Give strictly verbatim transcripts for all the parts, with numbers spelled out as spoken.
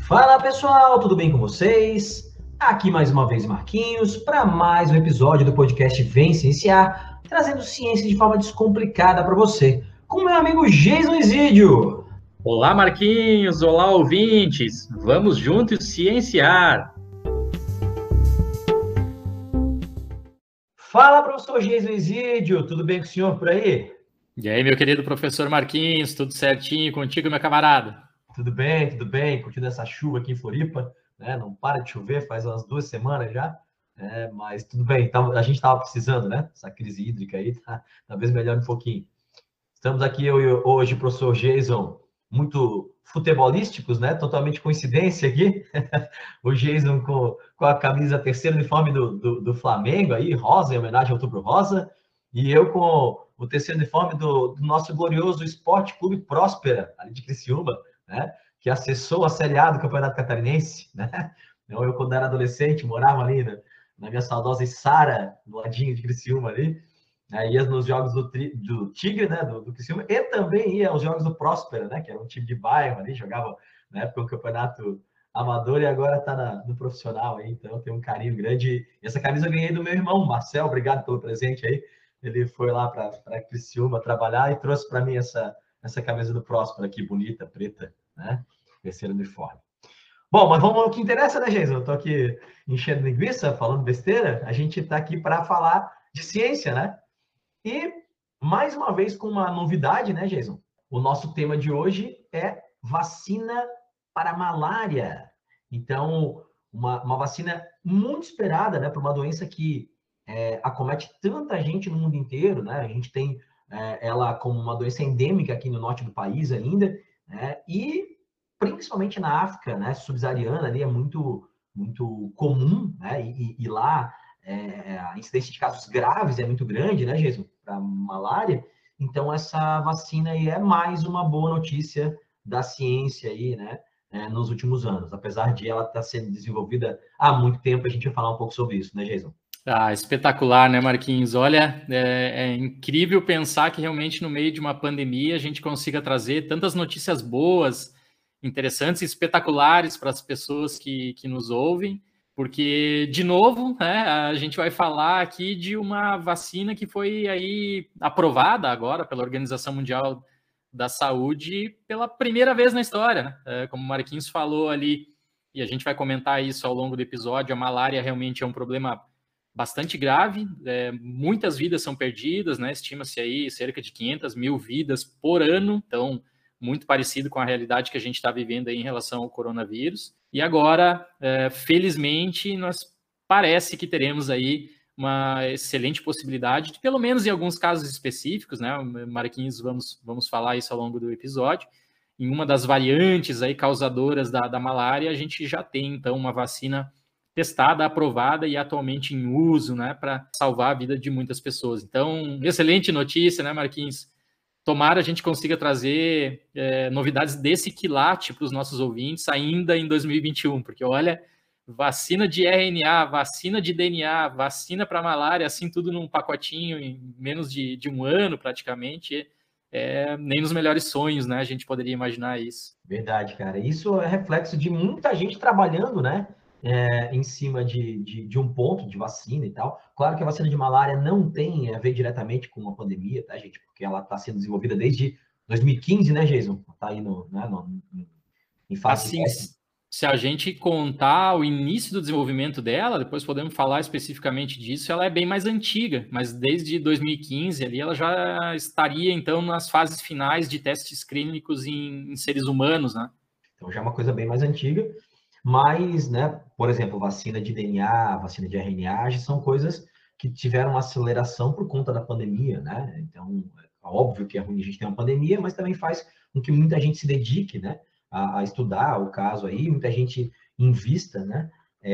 Fala pessoal, tudo bem com vocês? Aqui mais uma vez Marquinhos para mais um episódio do podcast Vem Cienciar, trazendo ciência de forma descomplicada para você, com meu amigo Jason Isidio. Olá Marquinhos, olá ouvintes, vamos juntos cienciar. Fala professor Jason Isidio, tudo bem com o senhor por aí? E aí meu querido professor Marquinhos, tudo certinho contigo meu camarada? Tudo bem, tudo bem, curtindo essa chuva aqui em Floripa, né? Não para de chover, faz umas duas semanas já, né? Mas tudo bem, a gente estava precisando, né? Essa crise hídrica aí, tá, talvez melhore um pouquinho. Estamos aqui eu e hoje, professor Jason, muito futebolísticos, né? Totalmente coincidência aqui. O Jason com, com a camisa terceiro uniforme do, do, do Flamengo, aí, rosa, em homenagem ao Outubro Rosa, e eu com o terceiro uniforme do, do nosso glorioso Esporte Clube Próspera, ali de Criciúma, né? Que acessou a Série A do Campeonato Catarinense, né? Então, eu, quando era adolescente, morava ali na, na minha saudosa Içara, no ladinho de Criciúma ali, né? Ia nos jogos do, tri, do Tigre, né? Do, do Criciúma, e também ia aos jogos do Próspera, né? Que era um time de bairro ali, jogava na época o campeonato amador e agora está no profissional aí, então tem um carinho grande. E essa camisa eu ganhei do meu irmão, Marcel, obrigado pelo presente aí. Ele foi lá para Criciúma trabalhar e trouxe para mim essa, essa camisa do Próspera aqui, bonita, preta, né? Terceiro uniforme. Bom, mas vamos ao que interessa, né, Jason? Eu estou aqui enchendo linguiça, falando besteira. A gente está aqui para falar de ciência, né? E, mais uma vez, com uma novidade, né, Jason? O nosso tema de hoje é vacina para malária. Então, uma, uma vacina muito esperada, né, para uma doença que é, acomete tanta gente no mundo inteiro, né? A gente tem é, ela como uma doença endêmica aqui no norte do país ainda, né? E principalmente na África, né, subsaariana, ali é muito, muito comum, né? E, e lá é, a incidência de casos graves é muito grande, né, Jason, para malária. Então, essa vacina aí é mais uma boa notícia da ciência aí, né, é, nos últimos anos. Apesar de ela estar sendo desenvolvida há muito tempo, a gente vai falar um pouco sobre isso, né, Jason? Ah, espetacular, né, Marquinhos? Olha, é, é incrível pensar que realmente no meio de uma pandemia a gente consiga trazer tantas notícias boas, interessantes e espetaculares para as pessoas que, que nos ouvem, porque, de novo, né, a gente vai falar aqui de uma vacina que foi aí aprovada agora pela Organização Mundial da Saúde pela primeira vez na história, né? É, como o Marquinhos falou ali, e a gente vai comentar isso ao longo do episódio, a malária realmente é um problema bastante grave, é, muitas vidas são perdidas, né? Estima-se aí cerca de quinhentas mil vidas por ano, então muito parecido com a realidade que a gente está vivendo aí em relação ao coronavírus. E agora, é, felizmente, nós parece que teremos aí uma excelente possibilidade, de, pelo menos em alguns casos específicos, né? Marquinhos, vamos, vamos falar isso ao longo do episódio. Em uma das variantes aí causadoras da, da malária, a gente já tem, então, uma vacina testada, aprovada e atualmente em uso, né, para salvar a vida de muitas pessoas. Então, excelente notícia, né, Marquinhos? Tomara a gente consiga trazer é, novidades desse quilate para os nossos ouvintes ainda em dois mil e vinte e um, porque olha, vacina de R N A, vacina de D N A, vacina para malária, assim tudo num pacotinho em menos de, de um ano praticamente, é, nem nos melhores sonhos, né, a gente poderia imaginar isso. Verdade, cara. Isso é reflexo de muita gente trabalhando, né? É, em cima de, de, de, um ponto de vacina e tal. Claro que a vacina de malária não tem a ver diretamente com a pandemia, tá, gente? Porque ela está sendo desenvolvida desde dois mil e quinze, né, Jason? Está aí no, né, no, em fase Assim, de teste. se a gente contar o início do desenvolvimento dela, depois podemos falar especificamente disso, ela é bem mais antiga, mas desde dois mil e quinze ali ela já estaria, então, nas fases finais de testes clínicos em, em seres humanos, né? Então já é uma coisa bem mais antiga. Mas, né, por exemplo, vacina de D N A, vacina de R N A, já são coisas que tiveram uma aceleração por conta da pandemia, né? Então, é óbvio que é ruim a gente ter uma pandemia, mas também faz com que muita gente se dedique, né, a, a estudar o caso aí, muita gente invista, né?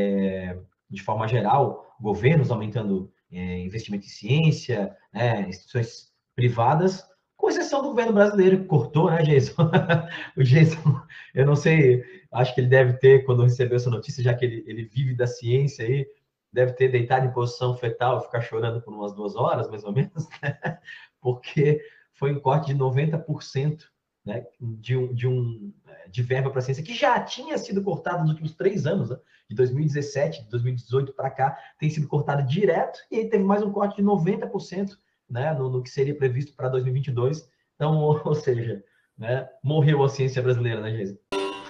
É, de forma geral, governos aumentando é, investimento em ciência, né, instituições privadas, com exceção do governo brasileiro que cortou, né, Jason? O Jason, eu não sei, acho que ele deve ter, quando recebeu essa notícia, já que ele, ele vive da ciência aí, deve ter deitado em posição fetal e ficar chorando por umas duas horas, mais ou menos, né? Porque foi um corte de noventa por cento, né, de, um, de, um, de verba para a ciência, que já tinha sido cortada nos últimos três anos, né, de dois mil e dezessete, de dois mil e dezoito para cá, tem sido cortada direto, e aí teve mais um corte de noventa por cento, né, no, no que seria previsto para dois mil e vinte e dois. Então, ou, ou seja, né, morreu a ciência brasileira, né, Geisa?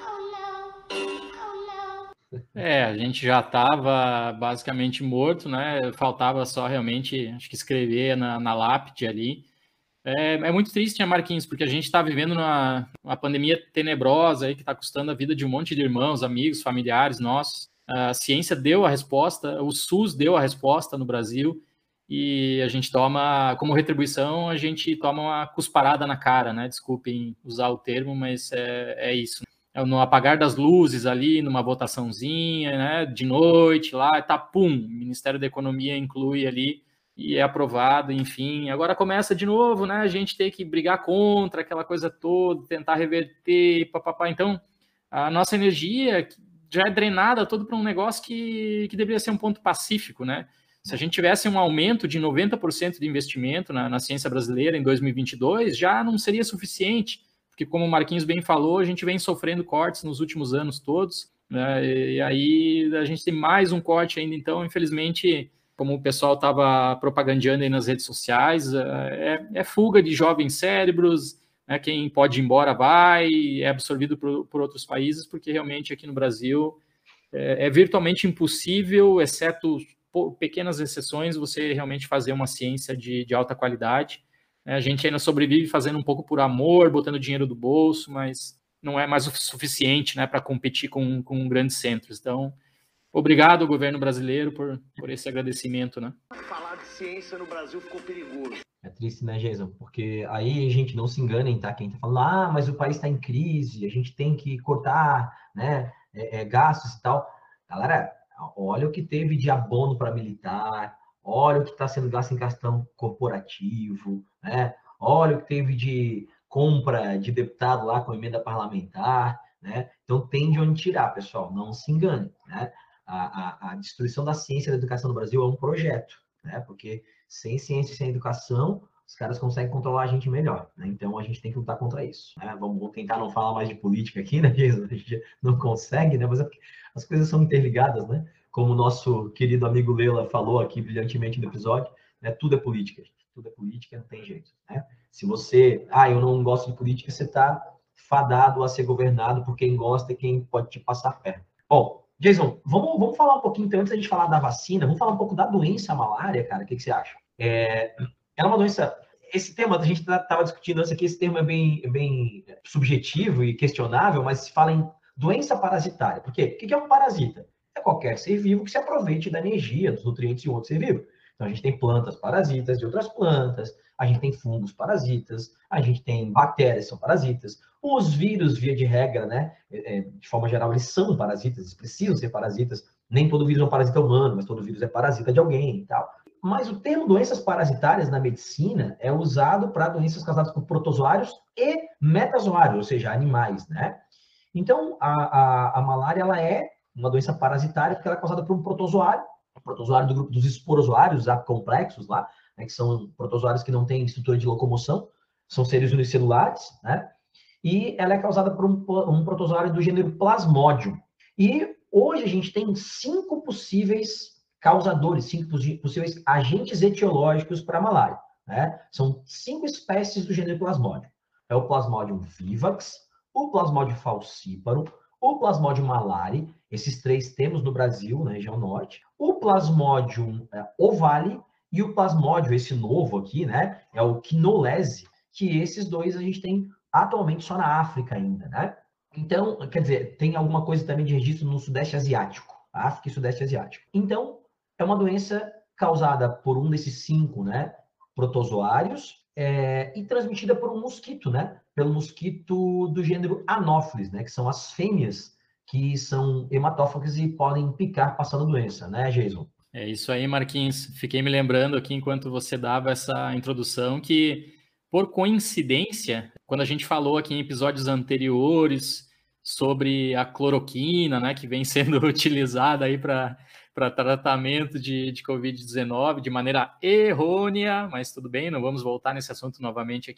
É, a gente já estava basicamente morto, né? Faltava só realmente, acho que escrever na, na lápide ali. É, é muito triste, né, Marquinhos, porque a gente está vivendo uma, uma pandemia tenebrosa aí que está custando a vida de um monte de irmãos, amigos, familiares nossos. A ciência deu a resposta, o SUS deu a resposta no Brasil e a gente toma, como retribuição, a gente toma uma cusparada na cara, né? Desculpem usar o termo, mas é, é isso. No apagar das luzes ali, numa votaçãozinha, né, de noite lá, tá, pum, o Ministério da Economia inclui ali e é aprovado, enfim. Agora começa de novo, né, a gente tem que brigar contra aquela coisa toda, tentar reverter, papapá. Então, a nossa energia já é drenada todo para um negócio que, que deveria ser um ponto pacífico, né? Se a gente tivesse um aumento de noventa por cento de investimento na, na ciência brasileira em dois mil e vinte e dois, já não seria suficiente, porque, como o Marquinhos bem falou, a gente vem sofrendo cortes nos últimos anos todos, né? E aí a gente tem mais um corte ainda. Então, infelizmente, como o pessoal estava propagandeando aí nas redes sociais, é, é fuga de jovens cérebros, né? Quem pode ir embora vai, é absorvido por, por outros países, porque realmente aqui no Brasil é, é virtualmente impossível, exceto pequenas exceções, você realmente fazer uma ciência de, de alta qualidade. A gente ainda sobrevive fazendo um pouco por amor, botando dinheiro do bolso, mas não é mais o suficiente, né, para competir com, com grandes centros. Então, obrigado, governo brasileiro, por, por esse agradecimento, né? Falar de ciência no Brasil ficou perigoso. É triste, né, Jason? Porque aí a gente não se engana, tá? Quem tá falando, ah, mas o país está em crise, a gente tem que cortar, né, é, é, gastos e tal. Galera, olha o que teve de abono para militar, olha o que está sendo gasto em cartão corporativo, né? Olha o que teve de compra de deputado lá com emenda parlamentar, né? Então tem de onde tirar, pessoal, não se engane, né? A, a, a destruição da ciência e da educação no Brasil é um projeto, né? Porque sem ciência e sem educação, os caras conseguem controlar a gente melhor, né? Então a gente tem que lutar contra isso, né? Vamos tentar não falar mais de política aqui, né, Jason? A gente não consegue, né? Mas é porque as coisas são interligadas, né? Como o nosso querido amigo Lela falou aqui brilhantemente no episódio, né? Tudo é política, gente. Tudo é política, não tem jeito, né? Se você, ah, eu não gosto de política, você está fadado a ser governado por quem gosta e quem pode te passar perto. Bom, Jason, vamos, vamos falar um pouquinho, então, antes da gente falar da vacina, vamos falar um pouco da doença malária, cara. O que, que você acha? É, é uma doença... Esse tema, a gente estava discutindo antes aqui, esse termo é bem, bem subjetivo e questionável, mas se fala em doença parasitária. Por quê? O que é um parasita? É qualquer ser vivo que se aproveite da energia, dos nutrientes de um outro ser vivo. Então, a gente tem plantas parasitas de outras plantas, a gente tem fungos parasitas, a gente tem bactérias que são parasitas. Os vírus, via de regra, né, de forma geral, eles são parasitas, eles precisam ser parasitas. Nem todo vírus é um parasita humano, mas todo vírus é parasita de alguém e tal. Mas o termo doenças parasitárias na medicina é usado para doenças causadas por protozoários e metazoários, ou seja, animais, né? Então, a, a, a malária, ela é uma doença parasitária porque ela é causada por um protozoário, um protozoário do grupo dos esporozoários complexos lá, né, que são protozoários que não têm estrutura de locomoção, são seres unicelulares, né? E ela é causada por um, um protozoário do gênero Plasmodium. E hoje a gente tem cinco possíveis causadores, cinco possíveis agentes etiológicos para a malária, né? São cinco espécies do gênero Plasmodium. É o Plasmodium vivax, o Plasmodium falciparum, o Plasmodium malari, esses três temos no Brasil, na região norte, o Plasmodium é, ovale e o Plasmodium, esse novo aqui, né, é o Quinolese, que esses dois a gente tem atualmente só na África ainda, né? Então, quer dizer, tem alguma coisa também de registro no Sudeste Asiático, África e Sudeste Asiático. Então, é uma doença causada por um desses cinco, né, protozoários é, e transmitida por um mosquito, né, pelo mosquito do gênero Anopheles, né, que são as fêmeas que são hematófagas e podem picar passando doença, né, Jason? É isso aí, Marquinhos. Fiquei me lembrando aqui, enquanto você dava essa introdução, que, por coincidência, quando a gente falou aqui em episódios anteriores sobre a cloroquina, né, que vem sendo utilizada aí para para tratamento de, de covid dezenove de maneira errônea, mas tudo bem, não vamos voltar nesse assunto novamente aqui.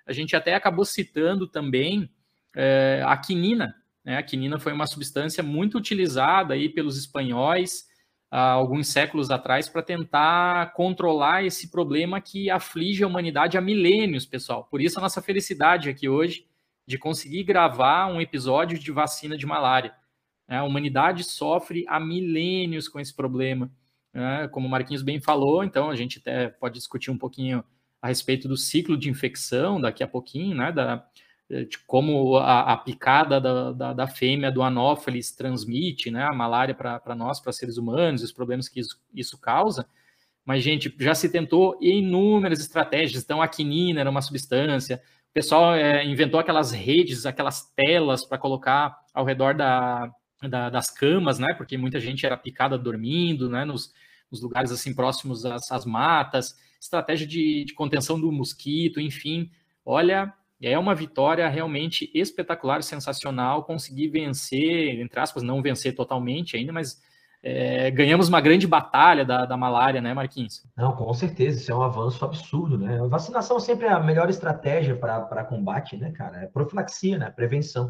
a gente até acabou citando também é, a quinina, né? A quinina foi uma substância muito utilizada aí pelos espanhóis há alguns séculos atrás para tentar controlar esse problema que aflige a humanidade há milênios, pessoal. Por isso a nossa felicidade aqui hoje de conseguir gravar um episódio de vacina de malária. A humanidade sofre há milênios com esse problema. Como o Marquinhos bem falou, então a gente até pode discutir um pouquinho a respeito do ciclo de infecção daqui a pouquinho, né, da, de como a, a picada da, da, da fêmea do Anopheles transmite, né, a malária para nós, para seres humanos, os problemas que isso, isso causa. Mas, gente, já se tentou inúmeras estratégias. Então, a quinina era uma substância. O pessoal é, inventou aquelas redes, aquelas telas para colocar ao redor da, da, das camas, né? Porque muita gente era picada dormindo, né? Nos, nos lugares assim próximos às, às matas. Estratégia de, de contenção do mosquito, enfim. Olha, é uma vitória realmente espetacular, sensacional. Conseguir vencer, entre aspas, não vencer totalmente ainda, mas é, ganhamos uma grande batalha da, da malária, né, Marquinhos? Não, com certeza, isso é um avanço absurdo, né? A vacinação sempre é a melhor estratégia para combate, né, cara? É profilaxia, né? Prevenção.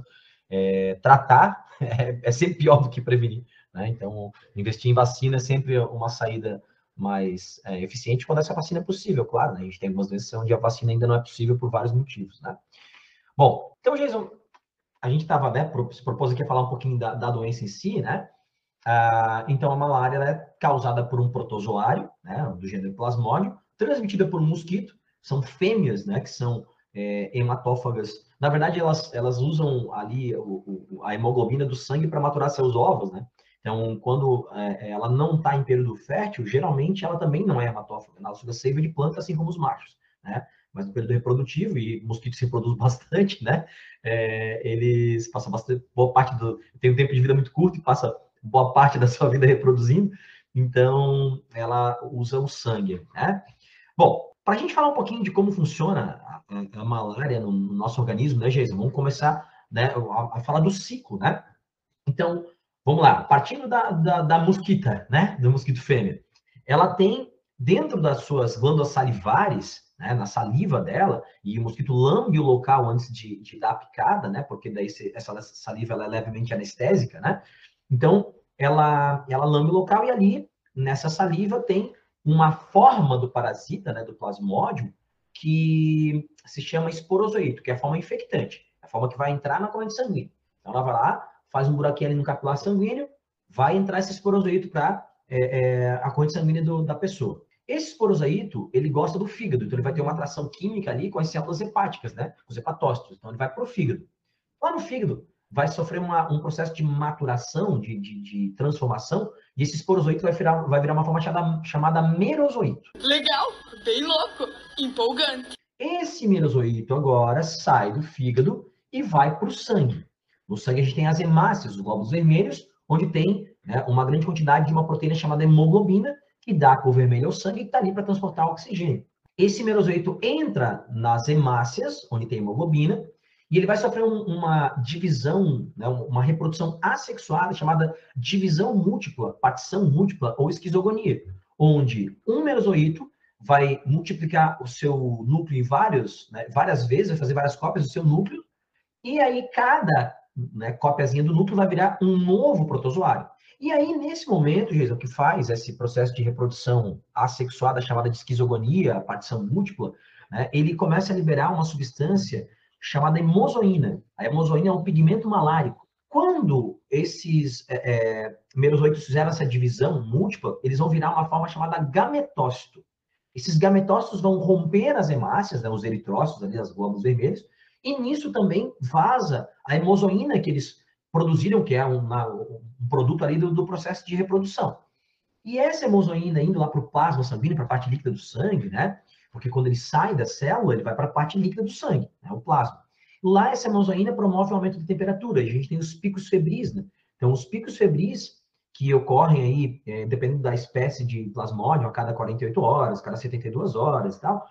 É, tratar é, é sempre pior do que prevenir, né? Então, investir em vacina é sempre uma saída mais é, eficiente quando essa vacina é possível, claro, né? A gente tem algumas vezes onde a vacina ainda não é possível por vários motivos, né? Bom, então, Jason, a gente estava, né, se propôs aqui a falar um pouquinho da, da doença em si, né? Ah, então, a malária é causada por um protozoário, né, do gênero Plasmodium, transmitida por um mosquito. São fêmeas, né, que são é, hematófagas. Na verdade, elas, elas usam ali o, o, a hemoglobina do sangue para maturar seus ovos, né? Então, quando é, ela não está em período fértil, geralmente ela também não é hematófaga. Ela suga seiva de planta, assim como os machos, né? Mas no período reprodutivo, e mosquito se reproduz bastante, né? É, eles passam bastante, boa parte do... tem um tempo de vida muito curto e passa boa parte da sua vida reproduzindo, então ela usa o sangue, né? Bom, para a gente falar um pouquinho de como funciona a, a, a malária no, no nosso organismo, né, Geisa? Vamos começar, né, a, a falar do ciclo, né? Então, vamos lá, partindo da, da, da mosquita, né, do mosquito fêmea, ela tem dentro das suas glândulas salivares, né, na saliva dela, e o mosquito lambe o local antes de, de dar a picada, né, porque daí essa saliva ela é levemente anestésica, né? Então, ela, ela lambe o local e ali, nessa saliva, tem uma forma do parasita, né, do plasmódio, que se chama esporozoito, que é a forma infectante, a forma que vai entrar na corrente sanguínea. Então, ela vai lá, faz um buraquinho ali no capilar sanguíneo, vai entrar esse esporozoito para é, é, a corrente sanguínea do, da pessoa. Esse esporozoito, ele gosta do fígado, então ele vai ter uma atração química ali com as células hepáticas, né, os hepatócitos. Então, ele vai para o fígado. Lá no fígado, vai sofrer uma, um processo de maturação, de, de, de transformação, e esse esporozoito vai virar, vai virar uma forma chamada, chamada merozoito. Legal, bem louco, empolgante. Esse merozoito agora sai do fígado e vai para o sangue. No sangue a gente tem as hemácias, os glóbulos vermelhos, onde tem, né, uma grande quantidade de uma proteína chamada hemoglobina, que dá a cor vermelha ao sangue e que está ali para transportar o oxigênio. Esse merozoito entra nas hemácias, onde tem hemoglobina, e ele vai sofrer um, uma divisão, né, uma reprodução assexuada, chamada divisão múltipla, partição múltipla ou esquizogonia, onde um merozoito vai multiplicar o seu núcleo em vários, né, várias vezes, vai fazer várias cópias do seu núcleo, e aí cada, né, cópiazinha do núcleo vai virar um novo protozoário. E aí, nesse momento, Geisa, o que faz esse processo de reprodução assexuada, chamada de esquizogonia, partição múltipla, né, ele começa a liberar uma substância chamada hemozoína. A hemozoína é um pigmento malárico. Quando esses é, é, merozoitos fizeram essa divisão múltipla, eles vão virar uma forma chamada gametócito. Esses gametócitos vão romper as hemácias, né, os eritrócitos, ali, as glóbulos vermelhos, e nisso também vaza a hemozoína que eles produziram, que é uma, um produto ali do, do processo de reprodução. E essa hemozoína indo lá para o plasma sanguíneo, para a parte líquida do sangue, né? Porque quando ele sai da célula, ele vai para a parte líquida do sangue, né, o plasma. Lá, essa hemozoína promove o aumento de temperatura. A gente tem os picos febris, né? Então, os picos febris que ocorrem aí, é, dependendo da espécie de plasmódio, a cada quarenta e oito horas, cada setenta e duas horas e tal,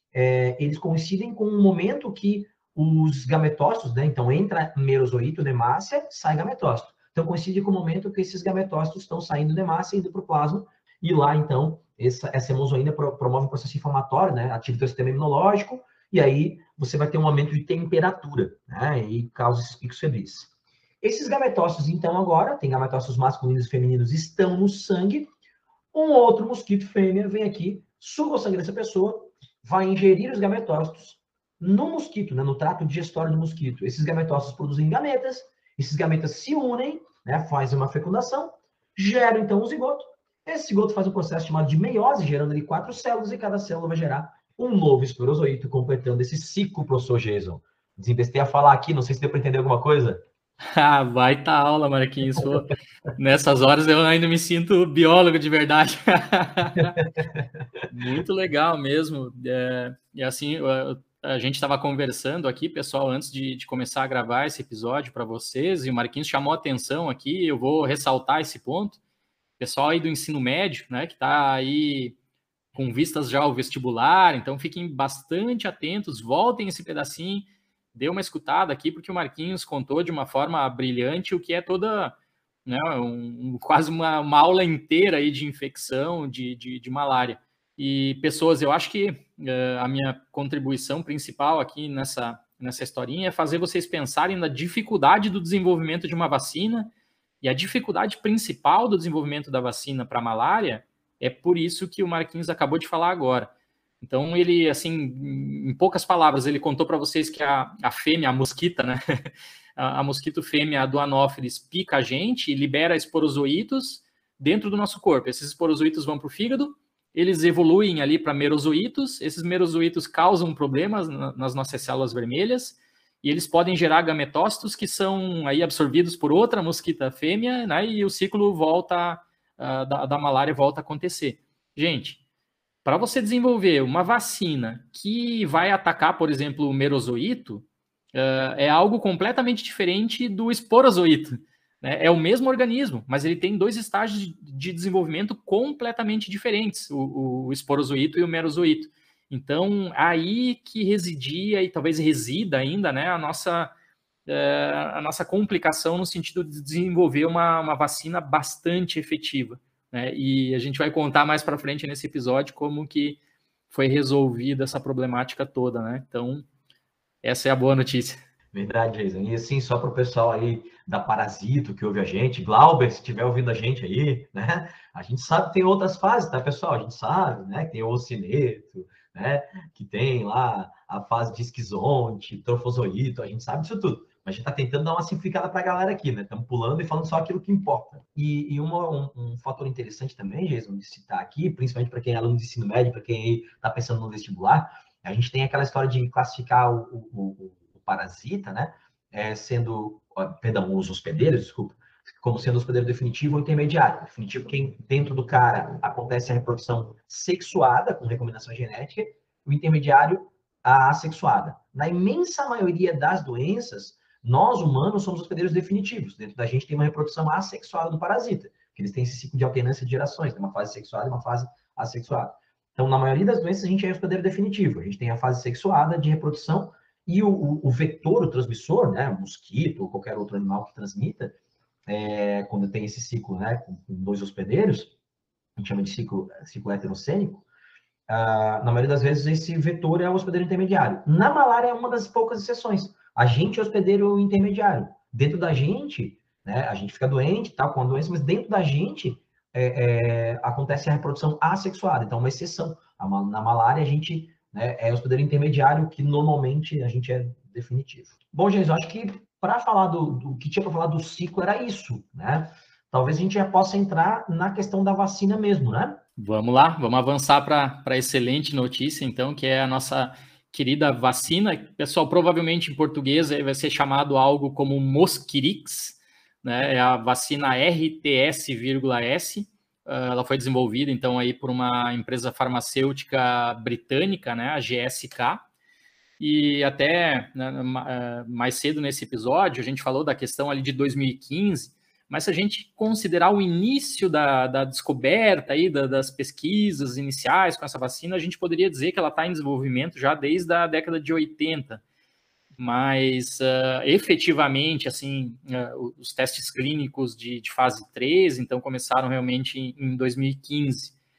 é, eles coincidem com um momento que os gametócitos, né? Então, entra merozoito na hemácia, sai gametócito. Então, coincide com o momento que esses gametócitos estão saindo da hemácia e indo para o plasma, e lá, então, essa, essa hemozoína promove um processo inflamatório, né? Ativa o sistema imunológico, e aí você vai ter um aumento de temperatura, né? E causa esses picos febris. Esses gametócitos, então, agora, tem gametócitos masculinos e femininos, estão no sangue. Um outro mosquito fêmea vem aqui, suga o sangue dessa pessoa, vai ingerir os gametócitos no mosquito, né, no trato digestório do mosquito. Esses gametócitos produzem gametas, esses gametas se unem, né, fazem uma fecundação, geram, então, um zigoto. Esse zigoto faz um processo chamado de meiose, gerando ali quatro células, e cada célula vai gerar um novo esporozoito, completando esse ciclo, professor Jason. Desembestei a falar aqui, não sei se deu para entender alguma coisa. Ah, baita aula, Marquinhos. Pô, nessas horas eu ainda me sinto biólogo de verdade. Muito legal mesmo. É, e assim, a gente estava conversando aqui, pessoal, antes de, de começar a gravar esse episódio para vocês, e o Marquinhos chamou a atenção aqui, eu vou ressaltar esse ponto. Pessoal aí do ensino médio, né, que está aí com vistas já ao vestibular, então fiquem bastante atentos, voltem esse pedacinho, dê uma escutada aqui, porque o Marquinhos contou de uma forma brilhante o que é toda, né, um, quase uma, uma aula inteira aí de infecção, de, de, de malária. E, pessoas, eu acho que uh, a minha contribuição principal aqui nessa, nessa historinha é fazer vocês pensarem na dificuldade do desenvolvimento de uma vacina, e a dificuldade principal do desenvolvimento da vacina para a malária é por isso que o Marquinhos acabou de falar agora. Então, ele, assim, em poucas palavras, ele contou para vocês que a, a fêmea, a mosquita, né? A, a mosquito fêmea do Anopheles pica a gente e libera esporozoítos dentro do nosso corpo. Esses esporozoítos vão para o fígado, eles evoluem ali para merozoítos, esses merozoítos causam problemas na, nas nossas células vermelhas, e eles podem gerar gametócitos que são aí absorvidos por outra mosquita fêmea, né? E o ciclo volta, uh, da, da malária volta a acontecer. Gente, para você desenvolver uma vacina que vai atacar, por exemplo, o merozoíto, uh, é algo completamente diferente do esporozoíto, né? É o mesmo organismo, mas ele tem dois estágios de desenvolvimento completamente diferentes, o, o esporozoíto e o merozoíto. Então, aí que residia e talvez resida ainda, né, a nossa, é, a nossa complicação no sentido de desenvolver uma, uma vacina bastante efetiva, né? E a gente vai contar mais para frente nesse episódio como que foi resolvida essa problemática toda, né? Então, essa é a boa notícia. Verdade, Jason. E assim, só para o pessoal aí da Parasito que ouve a gente, Glauber, se estiver ouvindo a gente aí, né? A gente sabe que tem outras fases, tá, pessoal? A gente sabe, né? Que tem o ocineto, né? Que tem lá a fase de esquizonte, trofozoito, a gente sabe disso tudo. Mas a gente está tentando dar uma simplificada para a galera aqui, né? Estamos pulando e falando só aquilo que importa. E, e uma, um, um fator interessante também, Jason, de citar aqui, principalmente para quem é aluno de ensino médio, para quem está pensando no vestibular, a gente tem aquela história de classificar o, o, o parasita, né? É, sendo, perdão, os hospedeiros, desculpa, como sendo hospedeiro definitivo ou intermediário. Definitivo, quem dentro do cara acontece a reprodução sexuada, com recombinação genética, o intermediário, a assexuada. Na imensa maioria das doenças, nós, humanos, somos hospedeiros definitivos. Dentro da gente tem uma reprodução assexuada do parasita, que eles têm esse ciclo de alternância de gerações, tem uma fase sexuada e uma fase assexuada. Então, na maioria das doenças, a gente é hospedeiro definitivo. A gente tem a fase sexuada de reprodução e o, o, o vetor, o transmissor, né, o mosquito ou qualquer outro animal que transmita, é, quando tem esse ciclo, né, com, com dois hospedeiros, a gente chama de ciclo, ciclo heterocênico, ah, na maioria das vezes esse vetor é o hospedeiro intermediário. Na malária é uma das poucas exceções. A gente é hospedeiro intermediário. Dentro da gente, né, a gente fica doente, tal, com a doença, mas dentro da gente é, é, acontece a reprodução assexuada. Então, uma exceção. Na malária, a gente, né, é hospedeiro intermediário, que normalmente a gente é definitivo. Bom, gente, eu acho que para falar do, do que tinha para falar do ciclo era isso, né? Talvez a gente já possa entrar na questão da vacina mesmo, né? Vamos lá, vamos avançar para a excelente notícia, então, que é a nossa querida vacina. Pessoal, provavelmente em português vai ser chamado algo como Mosquirix, né? É a vacina R T S,S. Ela foi desenvolvida, então, aí por uma empresa farmacêutica britânica, né? A G S K. E até, né, mais cedo nesse episódio, a gente falou da questão ali de dois mil e quinze, mas se a gente considerar o início da, da descoberta aí, da, das pesquisas iniciais com essa vacina, a gente poderia dizer que ela está em desenvolvimento já desde a década de oitenta. Mas, uh, efetivamente, assim, uh, os testes clínicos de, de fase três, então, começaram realmente em, em dois mil e quinze.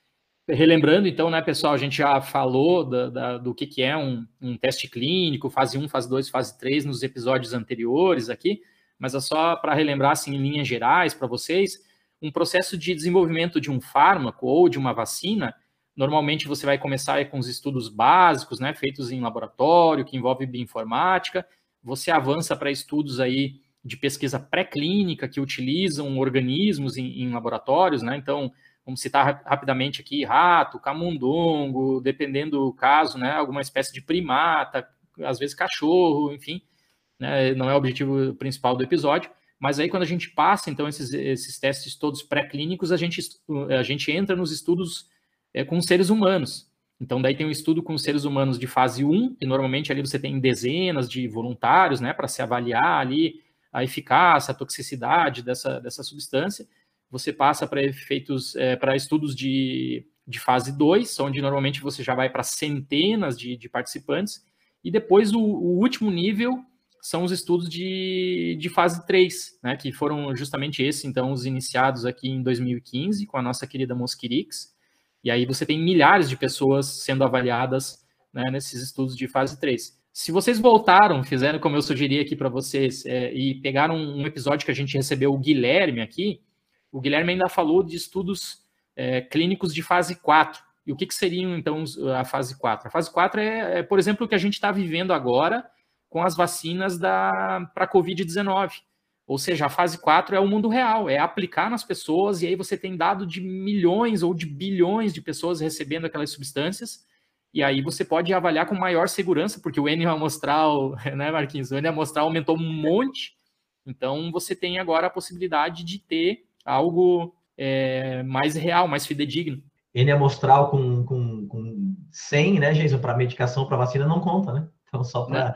relembrando, então, né, pessoal, a gente já falou da, da, do que, que é um, um teste clínico, fase um, fase dois, fase três, nos episódios anteriores aqui, mas é só para relembrar, assim, em linhas gerais para vocês, um processo de desenvolvimento de um fármaco ou de uma vacina, normalmente você vai começar com os estudos básicos, né, feitos em laboratório, que envolve bioinformática, você avança para estudos aí de pesquisa pré-clínica, que utilizam organismos em, em laboratórios, né, então, vamos citar rapidamente aqui, rato, camundongo, dependendo do caso, né, alguma espécie de primata, às vezes cachorro, enfim, né, não é o objetivo principal do episódio, mas aí quando a gente passa, então, esses, esses testes todos pré-clínicos, a gente, a gente entra nos estudos é, com seres humanos. Então, daí tem um estudo com seres humanos de fase um, que normalmente ali você tem dezenas de voluntários, né, para se avaliar ali a eficácia, a toxicidade dessa, dessa substância. Você passa para efeitos, é, para estudos de, de fase dois, onde normalmente você já vai para centenas de, de participantes, e depois o, o último nível são os estudos de, de fase três, né, que foram justamente esses, então, os iniciados aqui em dois mil e quinze, com a nossa querida Mosquirix, e aí você tem milhares de pessoas sendo avaliadas, né, nesses estudos de fase três. Se vocês voltaram, fizeram como eu sugeri aqui para vocês, é, e pegaram um episódio que a gente recebeu o Guilherme aqui, o Guilherme ainda falou de estudos é, clínicos de fase quatro. E o que, que seriam, então, a fase quatro? A fase quatro é, é por exemplo, o que a gente está vivendo agora com as vacinas para a covid dezenove. Ou seja, a fase quatro é o mundo real, é aplicar nas pessoas, e aí você tem dado de milhões ou de bilhões de pessoas recebendo aquelas substâncias, e aí você pode avaliar com maior segurança, porque o N amostral, né, Marquinhos? O N amostral aumentou um monte, então você tem agora a possibilidade de ter algo é, mais real, mais fidedigno. N amostral com, com, com cem, né, Jason, para medicação, para vacina, não conta, né? Então, só para...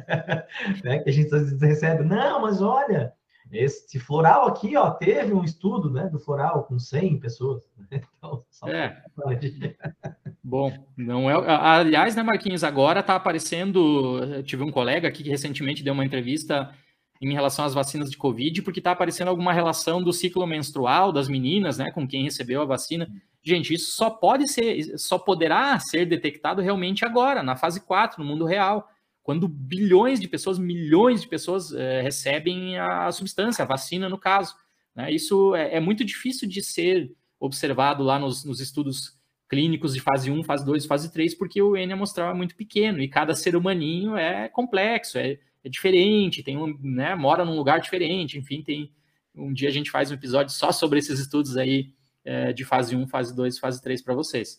né, que a gente recebe. Não, mas olha, esse floral aqui, ó, teve um estudo, né, do floral com cem pessoas. Então, só é. pra... Bom, não é... Aliás, né, Marquinhos, agora está aparecendo... Eu tive um colega aqui que recentemente deu uma entrevista em relação às vacinas de Covid, porque está aparecendo alguma relação do ciclo menstrual das meninas, né, com quem recebeu a vacina. Gente, isso só pode ser, só poderá ser detectado realmente agora, na fase quatro, no mundo real, quando bilhões de pessoas, milhões de pessoas é, recebem a substância, a vacina no caso. Né? Isso é, é muito difícil de ser observado lá nos, nos estudos clínicos de fase um, fase dois, fase três, porque o N amostral é muito pequeno e cada ser humaninho é complexo, é é diferente, tem um, né, mora num lugar diferente, enfim, tem um dia a gente faz um episódio só sobre esses estudos aí é, de fase um, fase dois, fase três para vocês.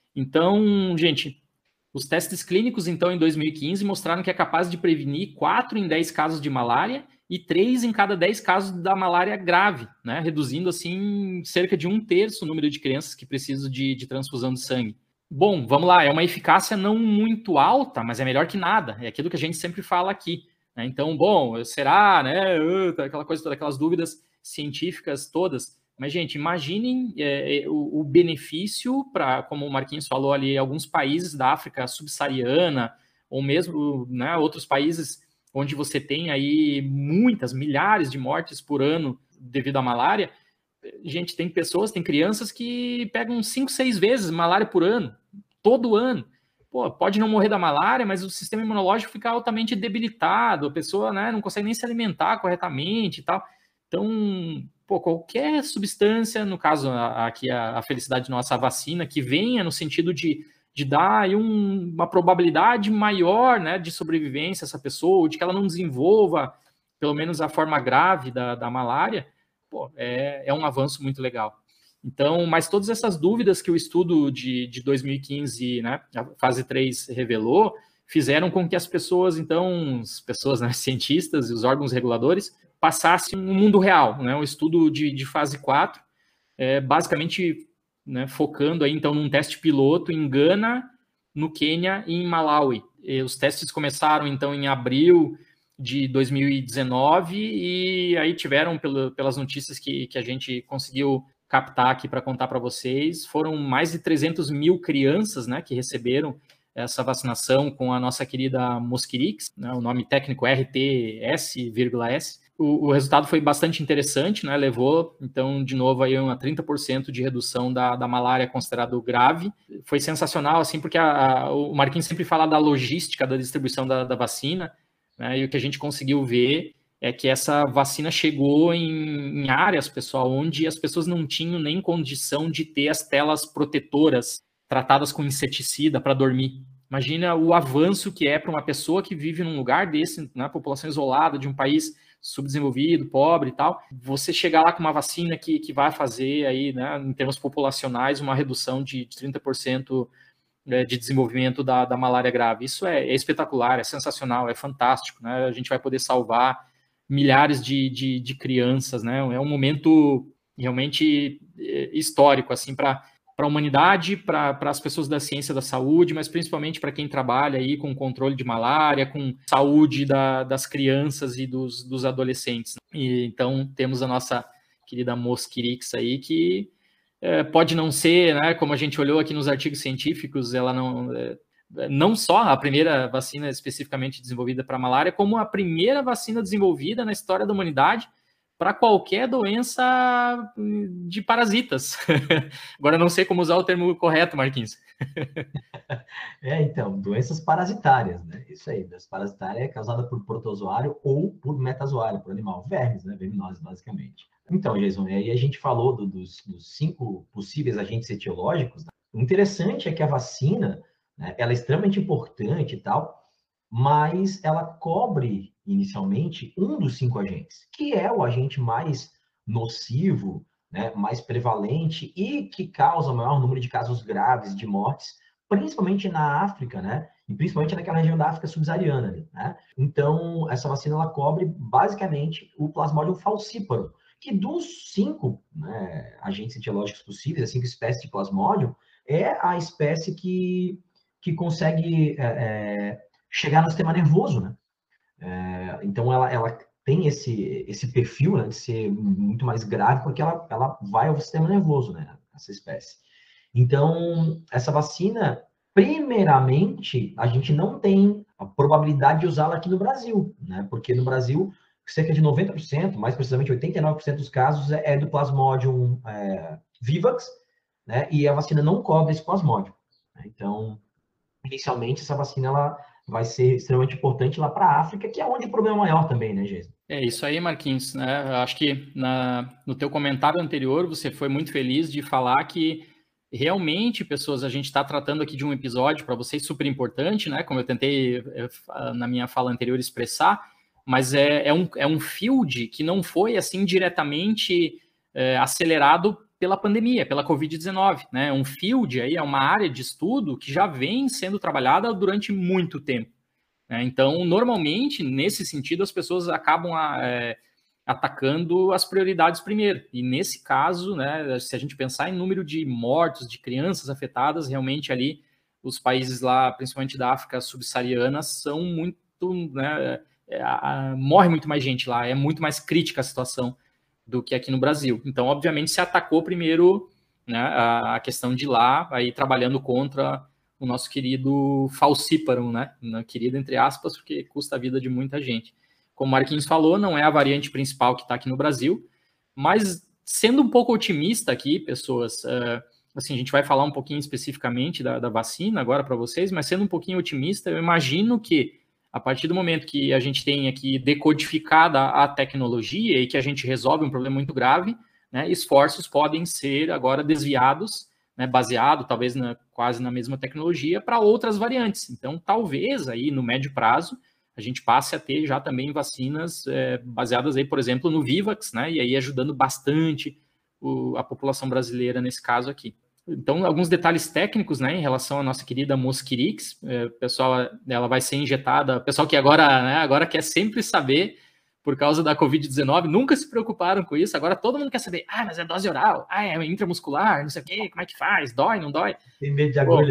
Então, gente, os testes clínicos, então, em dois mil e quinze, mostraram que é capaz de prevenir quatro em dez casos de malária e três em cada dez casos da malária grave, né, reduzindo, assim, cerca de um terço o número de crianças que precisam de, de transfusão de sangue. Bom, vamos lá, é uma eficácia não muito alta, mas é melhor que nada, é aquilo que a gente sempre fala aqui. Então, bom, será, né, aquela coisa toda, aquelas dúvidas científicas todas, mas, gente, imaginem é, o, o benefício para, como o Marquinhos falou ali, alguns países da África subsaariana, ou mesmo, né, outros países onde você tem aí muitas, milhares de mortes por ano devido à malária. Gente, tem pessoas, tem crianças que pegam cinco, seis vezes malária por ano, todo ano. Pô, pode não morrer da malária, mas o sistema imunológico fica altamente debilitado, a pessoa, né, não consegue nem se alimentar corretamente e tal. Então, pô, qualquer substância, no caso aqui a, a felicidade nossa, a vacina, que venha no sentido de, de dar aí um, uma probabilidade maior, né, de sobrevivência a essa pessoa, ou de que ela não desenvolva, pelo menos a forma grave da, da malária, pô, é, é um avanço muito legal. Então, mas todas essas dúvidas que o estudo de, de dois mil e quinze, né, a fase três, revelou, fizeram com que as pessoas, então, as pessoas, né, cientistas e os órgãos reguladores, passassem um mundo real, né, um estudo de, de fase quatro, é, basicamente, né, focando aí, então, num teste piloto em Gana, no Quênia e em Malawi. E os testes começaram, então, em abril de dois mil e dezenove, e aí tiveram, pelo, pelas notícias que, que a gente conseguiu captar aqui para contar para vocês, foram mais de trezentas mil crianças, né, que receberam essa vacinação com a nossa querida Mosquirix, né, o nome técnico R T S, S, o, o resultado foi bastante interessante, né? Levou, então, de novo, aí uma trinta por cento de redução da, da malária considerado grave. Foi sensacional, assim, porque a, a, o Marquinhos sempre fala da logística da distribuição da, da vacina, né? E o que a gente conseguiu ver é que essa vacina chegou em, em áreas, pessoal, onde as pessoas não tinham nem condição de ter as telas protetoras tratadas com inseticida para dormir. Imagina o avanço que é para uma pessoa que vive num lugar desse, na população isolada de um país subdesenvolvido, pobre e tal, você chegar lá com uma vacina que, que vai fazer aí, né, em termos populacionais, uma redução de, de trinta por cento de desenvolvimento da, da malária grave. Isso é, é espetacular, é sensacional, é fantástico, né? A gente vai poder salvar milhares de, de, de crianças, né? É um momento realmente histórico, assim, para para a humanidade, para as pessoas da ciência da saúde, mas principalmente para quem trabalha aí com controle de malária, com saúde da, das crianças e dos, dos adolescentes. E, então, temos a nossa querida Mosquirix aí, que é, pode não ser, né, como a gente olhou aqui nos artigos científicos, ela não... É, não só a primeira vacina especificamente desenvolvida para malária, como a primeira vacina desenvolvida na história da humanidade para qualquer doença de parasitas. Agora, não sei como usar o termo correto, Marquinhos. É, então, doenças parasitárias, né? Isso aí, doença parasitária é causada por protozoário ou por metazoário, por animal, vermes, né? Verminoses, basicamente. Então, Jason, aí a gente falou do, dos, dos cinco possíveis agentes etiológicos. Né? O interessante é que a vacina, né, ela é extremamente importante e tal, mas ela cobre, inicialmente, um dos cinco agentes, que é o agente mais nocivo, né, mais prevalente e que causa o maior número de casos graves de mortes, principalmente na África, né, e principalmente naquela região da África subsaariana. Né? Então, essa vacina ela cobre, basicamente, o Plasmodium falciparum, que dos cinco, né, agentes etiológicos possíveis, as cinco espécies de Plasmodium, é a espécie que, que consegue... É, chegar no sistema nervoso, né? É, então, ela, ela tem esse, esse perfil, né, de ser muito mais grave, porque ela, ela vai ao sistema nervoso, né? Essa espécie. Então, essa vacina, primeiramente, a gente não tem a probabilidade de usá-la aqui no Brasil, né? Porque no Brasil, cerca de noventa por cento, mais precisamente oitenta e nove por cento dos casos é, é do Plasmodium é, vivax, né? E a vacina não cobre esse Plasmodium. Né? Então, inicialmente, essa vacina ela vai ser extremamente importante lá para a África, que é onde o problema é maior também, né, Geisa? É isso aí, Marquinhos. Né? Eu acho que na, no teu comentário anterior, você foi muito feliz de falar que realmente, pessoas, a gente está tratando aqui de um episódio para vocês super importante, né? Como eu tentei na minha fala anterior expressar, mas é, é, um, é um field que não foi assim diretamente é, acelerado pela pandemia, pela covid dezenove, né? Um field aí é uma área de estudo que já vem sendo trabalhada durante muito tempo. Né? Então, normalmente, nesse sentido, as pessoas acabam é, atacando as prioridades primeiro. E nesse caso, né, se a gente pensar em número de mortos, de crianças afetadas, realmente ali os países lá, principalmente da África subsaariana, são muito, né, é, a, a, morre muito mais gente lá, é muito mais crítica a situação do que aqui no Brasil. Então, obviamente, se atacou primeiro, né, a, a questão de lá, aí trabalhando contra o nosso querido falciparum, né, querido entre aspas, porque custa a vida de muita gente. Como o Marquinhos falou, não é a variante principal que está aqui no Brasil, mas sendo um pouco otimista aqui, pessoas, uh, assim, a gente vai falar um pouquinho especificamente da, da vacina agora para vocês, mas sendo um pouquinho otimista, eu imagino que a partir do momento que a gente tem aqui decodificada a tecnologia e que a gente resolve um problema muito grave, né, esforços podem ser agora desviados, né, baseado talvez na, quase na mesma tecnologia, para outras variantes. Então, talvez aí no médio prazo a gente passe a ter já também vacinas é, baseadas aí, por exemplo, no Vivax, né, e aí ajudando bastante o, a população brasileira nesse caso aqui. Então, alguns detalhes técnicos, né, em relação à nossa querida Mosquirix, é, pessoal, ela vai ser injetada, pessoal que agora, né, agora quer sempre saber, por causa da covid dezenove, nunca se preocuparam com isso, agora todo mundo quer saber, ah, mas é dose oral, ah, é intramuscular, não sei o quê, como é que faz, dói, não dói? Tem medo de agulha.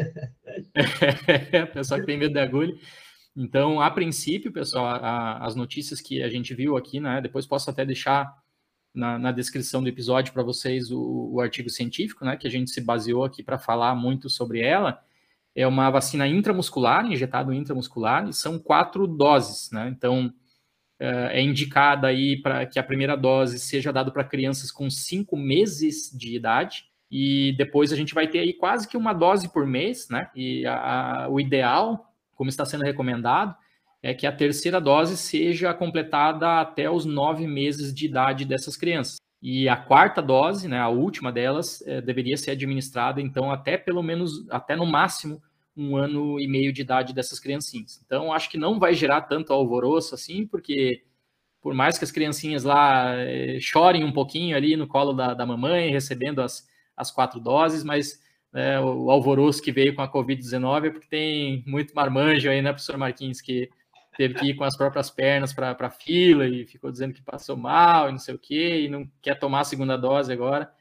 É, pessoal que tem medo de agulha. Então, a princípio, pessoal, a, as notícias que a gente viu aqui, né, depois posso até deixar Na, na descrição do episódio para vocês o, o artigo científico, né, que a gente se baseou aqui para falar muito sobre ela, é uma vacina intramuscular, injetado intramuscular, e são quatro doses, né, então é indicada aí para que a primeira dose seja dada para crianças com cinco meses de idade, e depois a gente vai ter aí quase que uma dose por mês, né? E a, a, o ideal, como está sendo recomendado, é que a terceira dose seja completada até os nove meses de idade dessas crianças. E a quarta dose, né, a última delas, é, deveria ser administrada, então, até pelo menos, até no máximo, um ano e meio de idade dessas criancinhas. Então, acho que não vai gerar tanto alvoroço assim, porque por mais que as criancinhas lá eh, chorem um pouquinho ali no colo da, da mamãe, recebendo as, as quatro doses, mas né, o, o alvoroço que veio com a covid dezenove é porque tem muito marmanjo aí, né, professor Marquinhos, que teve que ir com as próprias pernas para a fila e ficou dizendo que passou mal e não sei o quê, e não quer tomar a segunda dose agora.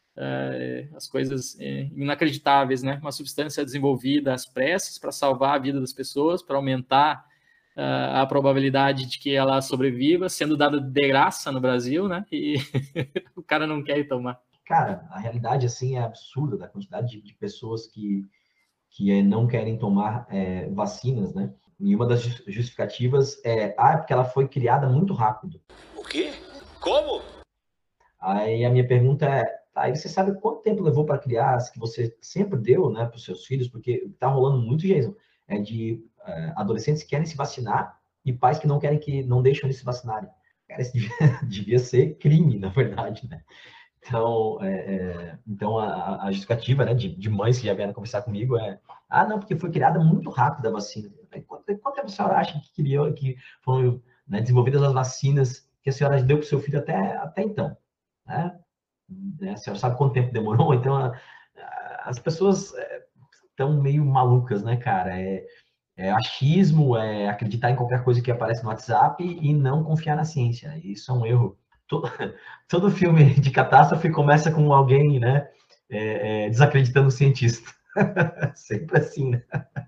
É, as coisas é, inacreditáveis, né? Uma substância desenvolvida às pressas para salvar a vida das pessoas, para aumentar uh, a probabilidade de que ela sobreviva, sendo dada de graça no Brasil, né? E o cara não quer ir tomar. Cara, a realidade, assim, é absurda da quantidade de, de pessoas que, que não querem tomar é, vacinas, né? E uma das justificativas é, ah, porque ela foi criada muito rápido. O quê? Como? Aí a minha pergunta é, aí você sabe quanto tempo levou para criar, que você sempre deu, né, para os seus filhos? Porque está rolando muito, Jason, é de é, adolescentes que querem se vacinar e pais que não querem que, não deixam eles se vacinarem. Cara, isso devia, devia ser crime, na verdade, né? Então, é, é, então a, a justificativa, né, de, de mães que já vieram conversar comigo é, ah, não, porque foi criada muito rápido a vacina. Quanto, quanto tempo a senhora acha que, queria, que foram né, desenvolvidas as vacinas que a senhora deu para o seu filho até, até então? Né? A senhora sabe quanto tempo demorou? Então, a, a, as pessoas estão meio malucas, né, cara? É, é achismo, é acreditar em qualquer coisa que aparece no WhatsApp e não confiar na ciência. Isso é um erro. Todo, todo filme de catástrofe começa com alguém, né, é, é, desacreditando o cientista. Sempre assim, né?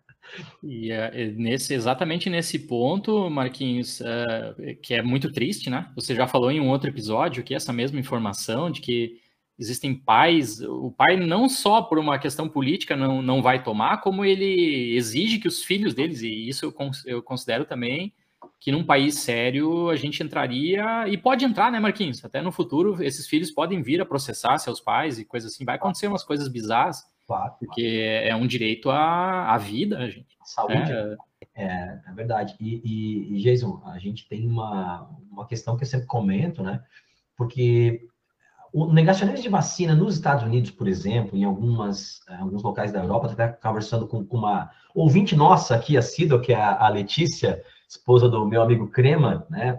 E é, nesse, exatamente nesse ponto, Marquinhos, é, que é muito triste, né? Você já falou em um outro episódio que essa mesma informação de que existem pais, o pai não só por uma questão política não, não vai tomar, como ele exige que os filhos deles, e isso eu, eu considero também que num país sério a gente entraria, e pode entrar, né, Marquinhos? Até no futuro esses filhos podem vir a processar seus pais e coisas assim, vai acontecer umas coisas bizarras, claro, porque claro. É um direito à, à vida, gente. Saúde, é, é, é verdade. E, e, e, Jason, a gente tem uma, uma questão que eu sempre comento, né? Porque o negacionismo de vacina nos Estados Unidos, por exemplo, em algumas, alguns locais da Europa, até conversando com, com uma ouvinte nossa aqui, assídua, que é a, a Letícia, esposa do meu amigo Crema, né?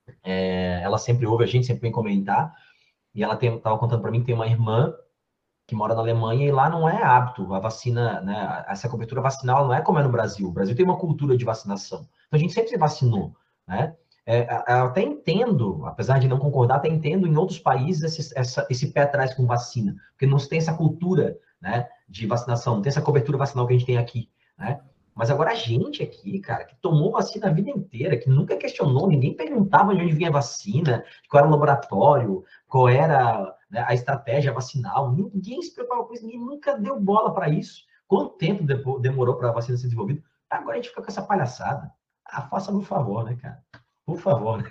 É, ela sempre ouve a gente, sempre vem comentar, e ela estava contando para mim que tem uma irmã que mora na Alemanha, e lá não é hábito a vacina, né? Essa cobertura vacinal não é como é no Brasil. O Brasil tem uma cultura de vacinação. Então, a gente sempre se vacinou, né? É, eu até entendo, apesar de não concordar, até entendo em outros países esse, essa, esse pé atrás com vacina, porque não se tem essa cultura, né, de vacinação, não tem essa cobertura vacinal que a gente tem aqui, né? Mas agora a gente aqui, cara, que tomou vacina a vida inteira, que nunca questionou, ninguém perguntava de onde vinha a vacina, qual era o laboratório, qual era, né, a estratégia vacinal, ninguém se preocupava com isso, ninguém nunca deu bola para isso. Quanto tempo demorou para a vacina ser desenvolvida? Agora a gente fica com essa palhaçada. Ah, faça um favor, né, cara? Por favor.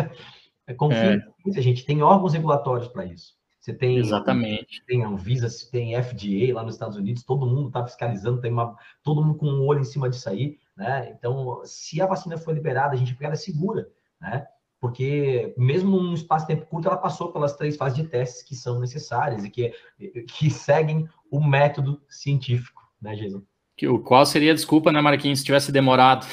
Confia em é. A gente tem órgãos regulatórios para isso. Você tem, exatamente. Tem a Anvisa, tem F D A lá nos Estados Unidos, todo mundo está fiscalizando, tem uma, todo mundo com um olho em cima disso aí, né? Então, se a vacina for liberada, a gente ela é segura, né? Porque mesmo num espaço de tempo curto, ela passou pelas três fases de testes que são necessárias e que, que seguem o método científico, né, Jason? Que, o qual seria a desculpa, né, Marquinhos, se tivesse demorado?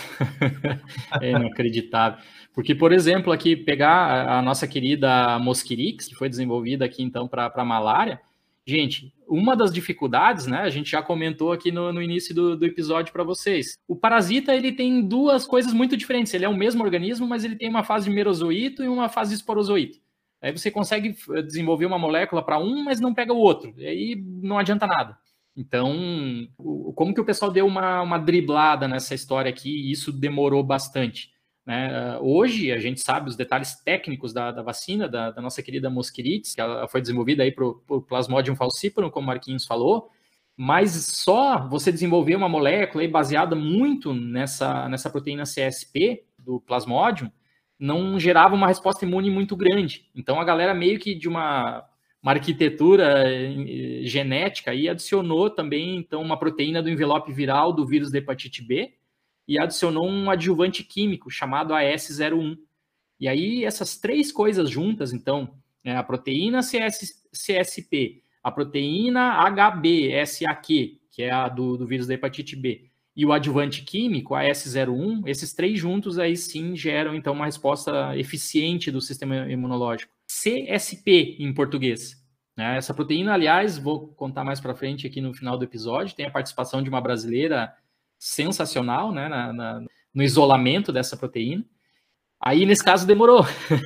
É inacreditável. Porque, por exemplo, aqui, pegar a nossa querida Mosquirix, que foi desenvolvida aqui, então, para a malária, gente, uma das dificuldades, né, a gente já comentou aqui no, no início do, do episódio para vocês. O parasita, ele tem duas coisas muito diferentes. Ele é o mesmo organismo, mas ele tem uma fase de merozoíto e uma fase de esporozoíto. Aí você consegue desenvolver uma molécula para um, mas não pega o outro. E aí não adianta nada. Então, como que o pessoal deu uma, uma driblada nessa história aqui, e isso demorou bastante, né? Hoje, a gente sabe os detalhes técnicos da, da vacina, da, da nossa querida Mosquirix, que ela foi desenvolvida aí para o Plasmodium falciparum, como o Marquinhos falou, mas só você desenvolver uma molécula aí baseada muito nessa, nessa proteína C S P do Plasmodium, não gerava uma resposta imune muito grande. Então, a galera meio que de uma, uma arquitetura genética aí adicionou também, então, uma proteína do envelope viral do vírus da hepatite B e adicionou um adjuvante químico chamado A S zero um. E aí, essas três coisas juntas, então, é a proteína C S P, a proteína H B S A Q, que é a do, do vírus da hepatite B, e o adjuvante químico, a S zero um, esses três juntos aí sim geram, então, uma resposta eficiente do sistema imunológico. C S P, em português. Né? Essa proteína, aliás, vou contar mais para frente aqui no final do episódio, tem a participação de uma brasileira sensacional, né, na, na, no isolamento dessa proteína. Aí, nesse caso, demorou.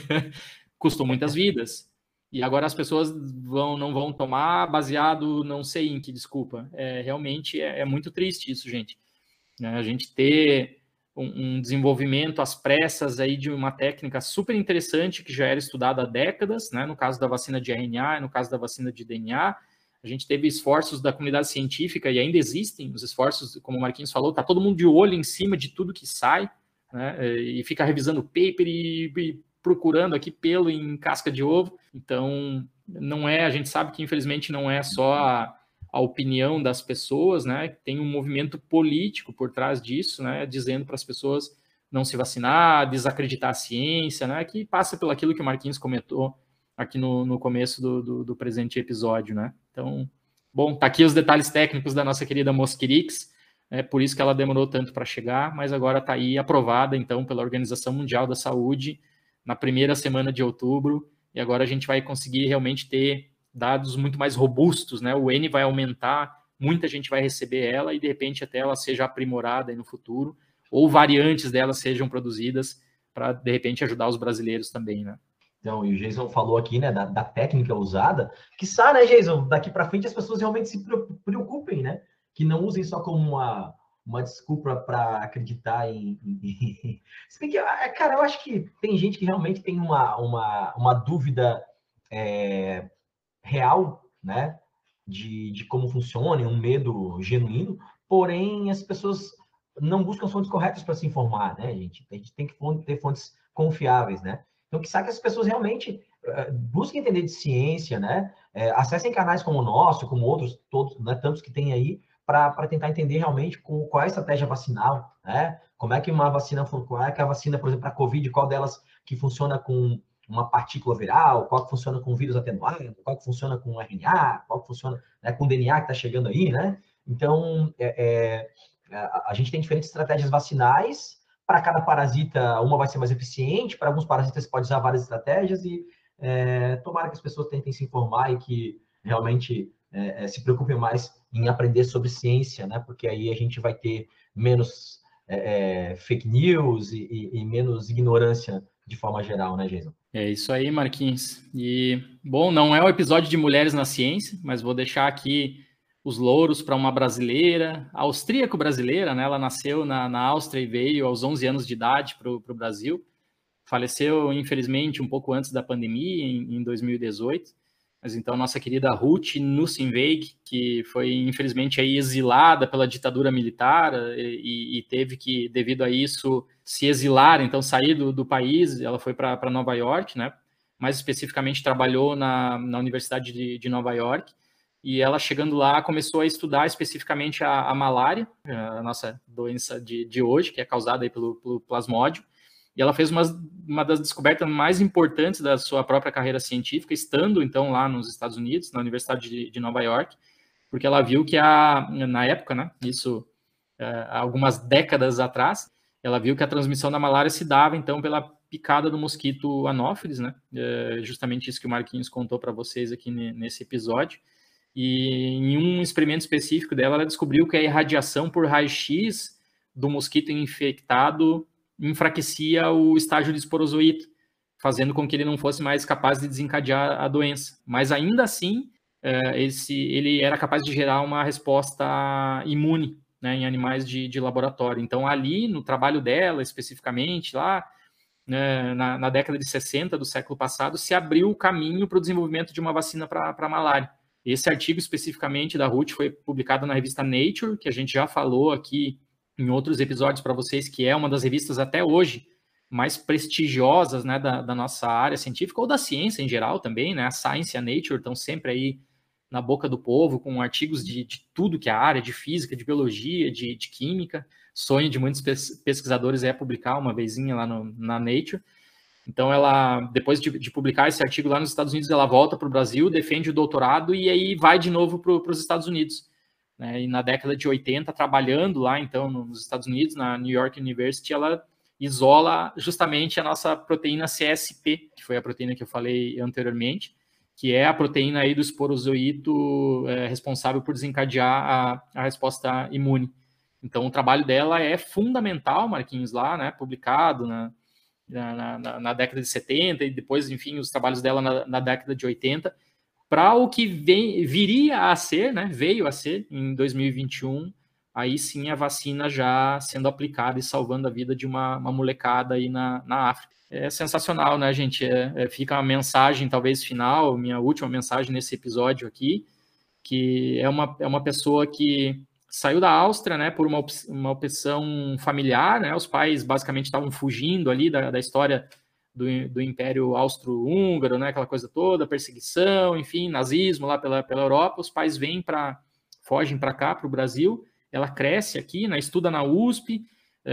Custou muitas vidas. E agora as pessoas vão, não vão tomar baseado não sei em que, desculpa. É, realmente é, é muito triste isso, gente. É, a gente ter um, um desenvolvimento às pressas aí de uma técnica super interessante que já era estudada há décadas, né? No caso da vacina de R N A, no caso da vacina de D N A. A gente teve esforços da comunidade científica e ainda existem os esforços, como o Marquinhos falou, tá todo mundo de olho em cima de tudo que sai, né? E fica revisando o paper e, e procurando aqui pelo em casca de ovo. Então, não é, a gente sabe que infelizmente não é só a, a opinião das pessoas, né? Tem um movimento político por trás disso, né? Dizendo para as pessoas não se vacinar, desacreditar a ciência, né? Que passa pelo aquilo que o Marquinhos comentou aqui no, no começo do, do, do presente episódio, né? Então, bom, tá aqui os detalhes técnicos da nossa querida Mosquirix, é por isso que ela demorou tanto para chegar, mas agora está aí aprovada, então, pela Organização Mundial da Saúde, na primeira semana de outubro, e agora a gente vai conseguir realmente ter dados muito mais robustos, né? O N vai aumentar, muita gente vai receber ela, e de repente até ela seja aprimorada aí no futuro, ou variantes dela sejam produzidas para, de repente, ajudar os brasileiros também, né? Então, e o Jason falou aqui, né, da, da técnica usada, que sabe, né, Jason, daqui para frente as pessoas realmente se preocupem, né, que não usem só como uma, uma desculpa para acreditar em, em... Se bem que, cara, eu acho que tem gente que realmente tem uma, uma, uma dúvida é, real, né, de, de como funciona, um medo genuíno, porém as pessoas não buscam fontes corretas para se informar, né, gente? A gente tem que ter fontes confiáveis, né? Então, que sabe que as pessoas realmente uh, busquem entender de ciência, né? É, acessem canais como o nosso, como outros, todos, né, tantos que tem aí, para tentar entender realmente com, qual é a estratégia vacinal, né? Como é que uma vacina, qual é que a vacina, por exemplo, para a Covid, qual delas que funciona com uma partícula viral, qual que funciona com vírus atenuado, qual que funciona com R N A, qual que funciona, né, com D N A que está chegando aí, né? Então, é, é, a, a gente tem diferentes estratégias vacinais. Para cada parasita, uma vai ser mais eficiente, para alguns parasitas você pode usar várias estratégias e é, tomara que as pessoas tentem se informar e que realmente é, se preocupem mais em aprender sobre ciência, né? Porque aí a gente vai ter menos é, é, fake news e, e, e menos ignorância de forma geral, né, Jason? É isso aí, Marquinhos. E, bom, não é o episódio de Mulheres na Ciência, mas vou deixar aqui os louros para uma brasileira, austríaco-brasileira, né? Ela nasceu na, na Áustria e veio aos onze anos de idade para o Brasil. Faleceu, infelizmente, um pouco antes da pandemia, em, em dois mil e dezoito. Mas então, nossa querida Ruth Nussweig, que foi, infelizmente, aí exilada pela ditadura militar e, e teve que, devido a isso, se exilar, então sair do, do país. Ela foi para Nova York, né? Mais especificamente, trabalhou na, na Universidade de, de Nova York. E ela, chegando lá, começou a estudar especificamente a, a malária, a nossa doença de, de hoje, que é causada aí pelo, pelo plasmódio. E ela fez uma, uma das descobertas mais importantes da sua própria carreira científica, estando, então, lá nos Estados Unidos, na Universidade de, de Nova York, porque ela viu que, a, na época, né, isso é, algumas décadas atrás, ela viu que a transmissão da malária se dava, então, pela picada do mosquito Anopheles, né? É justamente isso que o Marquinhos contou para vocês aqui nesse episódio. E em um experimento específico dela, ela descobriu que a irradiação por raio-x do mosquito infectado enfraquecia o estágio de esporozoito, fazendo com que ele não fosse mais capaz de desencadear a doença. Mas ainda assim, esse, ele era capaz de gerar uma resposta imune, né, em animais de, de laboratório. Então, ali, no trabalho dela, especificamente, lá né, na, na década de sessenta do século passado, se abriu o caminho para o desenvolvimento de uma vacina para a malária. Esse artigo especificamente da Ruth foi publicado na revista Nature, que a gente já falou aqui em outros episódios para vocês, que é uma das revistas até hoje mais prestigiosas, né, da, da nossa área científica, ou da ciência em geral também, né? A Science e a Nature estão sempre aí na boca do povo, com artigos de, de tudo que é a área, de física, de biologia, de, de química. Sonho de muitos pesquisadores é publicar uma vezinha lá no, na Nature. Então, ela, depois de, de publicar esse artigo lá nos Estados Unidos, ela volta para o Brasil, defende o doutorado e aí vai de novo para os Estados Unidos. Né? E na década de oitenta, trabalhando lá, então, nos Estados Unidos, na New York University, ela isola justamente a nossa proteína C S P, que foi a proteína que eu falei anteriormente, que é a proteína aí do esporozoito é, responsável por desencadear a, a resposta imune. Então, o trabalho dela é fundamental, Marquinhos, lá, né, publicado na, na, na, na década de setenta e depois, enfim, os trabalhos dela na, na década de oitenta, para o que vem, viria a ser, né, veio a ser, em dois mil e vinte e um, aí sim a vacina já sendo aplicada e salvando a vida de uma, uma molecada aí na, na África. É sensacional, né, gente? É, é, fica a mensagem, talvez, final, minha última mensagem nesse episódio aqui, que é uma, é uma pessoa que saiu da Áustria, né, por uma, op uma opção familiar, né? Os pais basicamente estavam fugindo ali da, da história do, do Império Austro-Húngaro, né, aquela coisa toda, perseguição, enfim, nazismo lá pela, pela Europa. Os pais vêm para, fogem para cá, para o Brasil. Ela cresce aqui, né, estuda na U S P,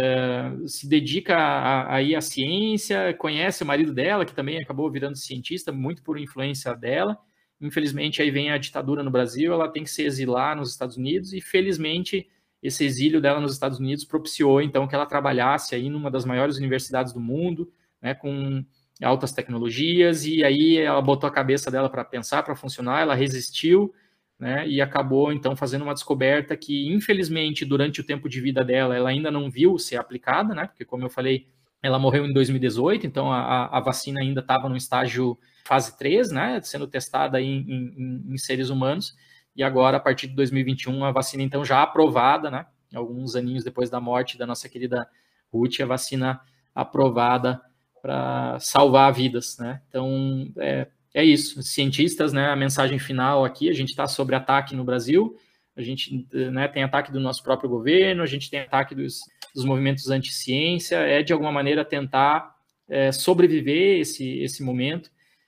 Uh, se dedica aí à ciência, conhece o marido dela, que também acabou virando cientista, muito por influência dela. Infelizmente, aí vem a ditadura no Brasil, ela tem que se exilar nos Estados Unidos, e felizmente esse exílio dela nos Estados Unidos propiciou, então, que ela trabalhasse aí numa das maiores universidades do mundo, né, com altas tecnologias, e aí ela botou a cabeça dela para pensar, para funcionar, ela resistiu, né, e acabou, então, fazendo uma descoberta que, infelizmente, durante o tempo de vida dela, ela ainda não viu ser aplicada, né, porque, como eu falei, ela morreu em dois mil e dezoito, então a, a vacina ainda estava no estágio fase três, né, sendo testada em, em, em seres humanos, e agora, a partir de dois mil e vinte e um, a vacina, então, já aprovada, né, alguns aninhos depois da morte da nossa querida Ruth, a vacina aprovada para salvar vidas, né, então, é... É isso, cientistas, né, a mensagem final aqui, a gente está sobre ataque no Brasil, a gente, né, tem ataque do nosso próprio governo, a gente tem ataque dos, dos movimentos anti-ciência, é de alguma maneira tentar é, sobreviver esse, esse momento,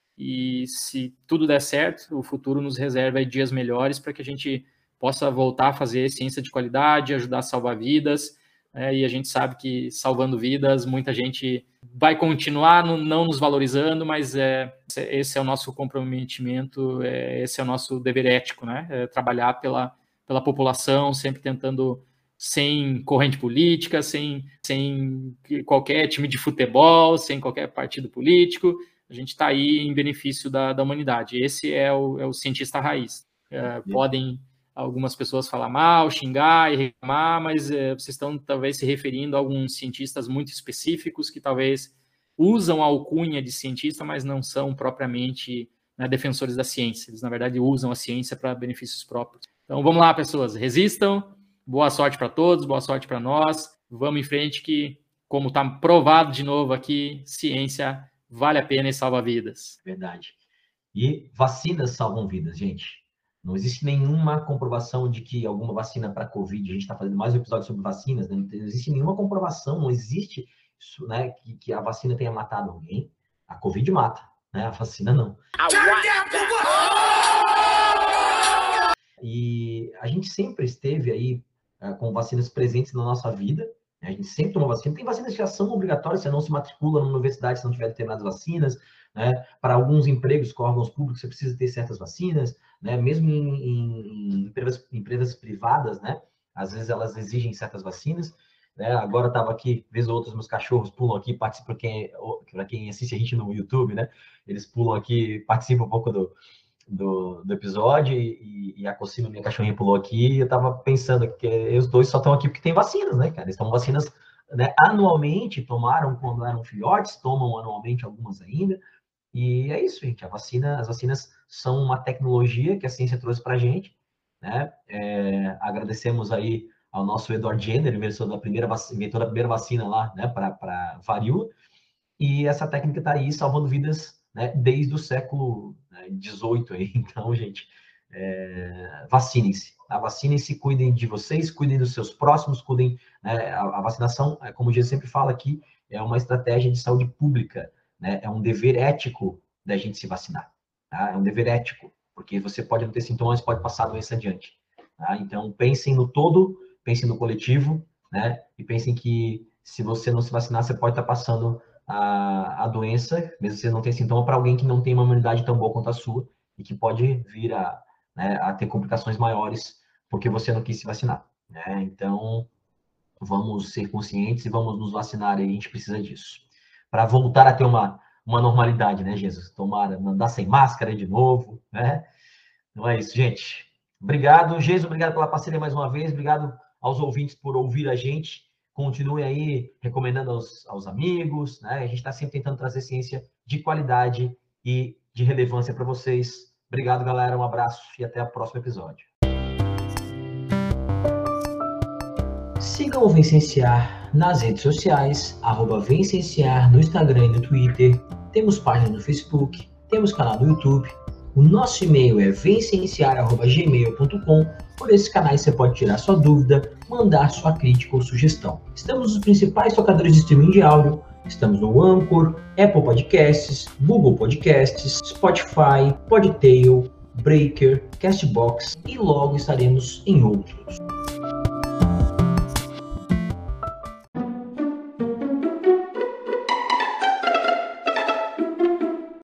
e se tudo der certo, o futuro nos reserva aí dias melhores para que a gente possa voltar a fazer ciência de qualidade, ajudar a salvar vidas, é, e a gente sabe que salvando vidas, muita gente vai continuar no, não nos valorizando, mas é, esse é o nosso comprometimento, é, esse é o nosso dever ético, né? É trabalhar pela, pela população, sempre tentando, sem corrente política, sem, sem qualquer time de futebol, sem qualquer partido político, a gente está aí em benefício da, da humanidade. Esse é o, é o cientista raiz. É, podem algumas pessoas falar mal, xingar e reclamar, mas é, vocês estão talvez se referindo a alguns cientistas muito específicos que talvez usam a alcunha de cientista, mas não são propriamente, né, defensores da ciência. Eles, na verdade, usam a ciência para benefícios próprios. Então, vamos lá, pessoas. Resistam. Boa sorte para todos, boa sorte para nós. Vamos em frente que, como está provado de novo aqui, ciência vale a pena e salva vidas. Verdade. E vacinas salvam vidas, gente. Não existe nenhuma comprovação de que alguma vacina para Covid, a gente está fazendo mais um episódio sobre vacinas, né? Não existe nenhuma comprovação, não existe isso, né, que, que a vacina tenha matado alguém. A Covid mata, né? A vacina não. E a gente sempre esteve aí uh, com vacinas presentes na nossa vida. A gente sempre toma vacina. Tem vacinas que já são obrigatórias, você não se matricula na universidade se não tiver determinadas vacinas, né? Para alguns empregos com órgãos públicos, você precisa ter certas vacinas, né? Mesmo em, em, em empresas, empresas privadas, né? Às vezes elas exigem certas vacinas, né? Agora estava aqui, vez ou outra, meus cachorros pulam aqui, participam, para quem, quem assiste a gente no YouTube, né? Eles pulam aqui, participam um pouco do, do, do episódio, e, e a Cocina, minha cachorrinha, pulou aqui, e eu estava pensando que os dois só estão aqui porque tem vacinas, né, cara? Eles tomam vacinas, né, anualmente, tomaram quando eram filhotes, tomam anualmente algumas ainda, e é isso, gente. A vacina, as vacinas são uma tecnologia que a ciência trouxe para a gente, né? É, agradecemos aí ao nosso Edward Jenner, inventor da primeira, inventor da primeira vacina lá, né, para varíola, e essa técnica está aí salvando vidas, né, desde o século dezoito aí. Então, gente, é, vacinem-se, tá? Vacinem-se, cuidem de vocês, cuidem dos seus próximos, cuidem, né, a, a vacinação, como o Jesus sempre fala aqui, é uma estratégia de saúde pública, né? É um dever ético da gente se vacinar, tá? É um dever ético, porque você pode não ter sintomas, pode passar a doença adiante, tá? Então, pensem no todo, pensem no coletivo, né? E pensem que se você não se vacinar, você pode estar passando a, a doença, mesmo que você não tenha sintoma, para alguém que não tem uma imunidade tão boa quanto a sua e que pode vir a, né, a ter complicações maiores porque você não quis se vacinar, né? Então, vamos ser conscientes e vamos nos vacinar, e a gente precisa disso. Para voltar a ter uma, uma normalidade, né, Jesus? Tomara, andar sem máscara de novo, né? Então é isso, gente. Obrigado, Jesus, obrigado pela parceria mais uma vez, obrigado aos ouvintes por ouvir a gente. Continue aí recomendando aos, aos amigos, né? A gente está sempre tentando trazer ciência de qualidade e de relevância para vocês. Obrigado, galera. Um abraço e até o próximo episódio. Sigam o Vencenciar nas redes sociais, arroba Vencenciar no Instagram e no Twitter. Temos página no Facebook, temos canal no YouTube. O nosso e-mail é vencenciar arroba gmail ponto com. Por esses canais você pode tirar sua dúvida, mandar sua crítica ou sugestão. Estamos nos principais tocadores de streaming de áudio. Estamos no Anchor, Apple Podcasts, Google Podcasts, Spotify, Podtail, Breaker, Castbox e logo estaremos em outros.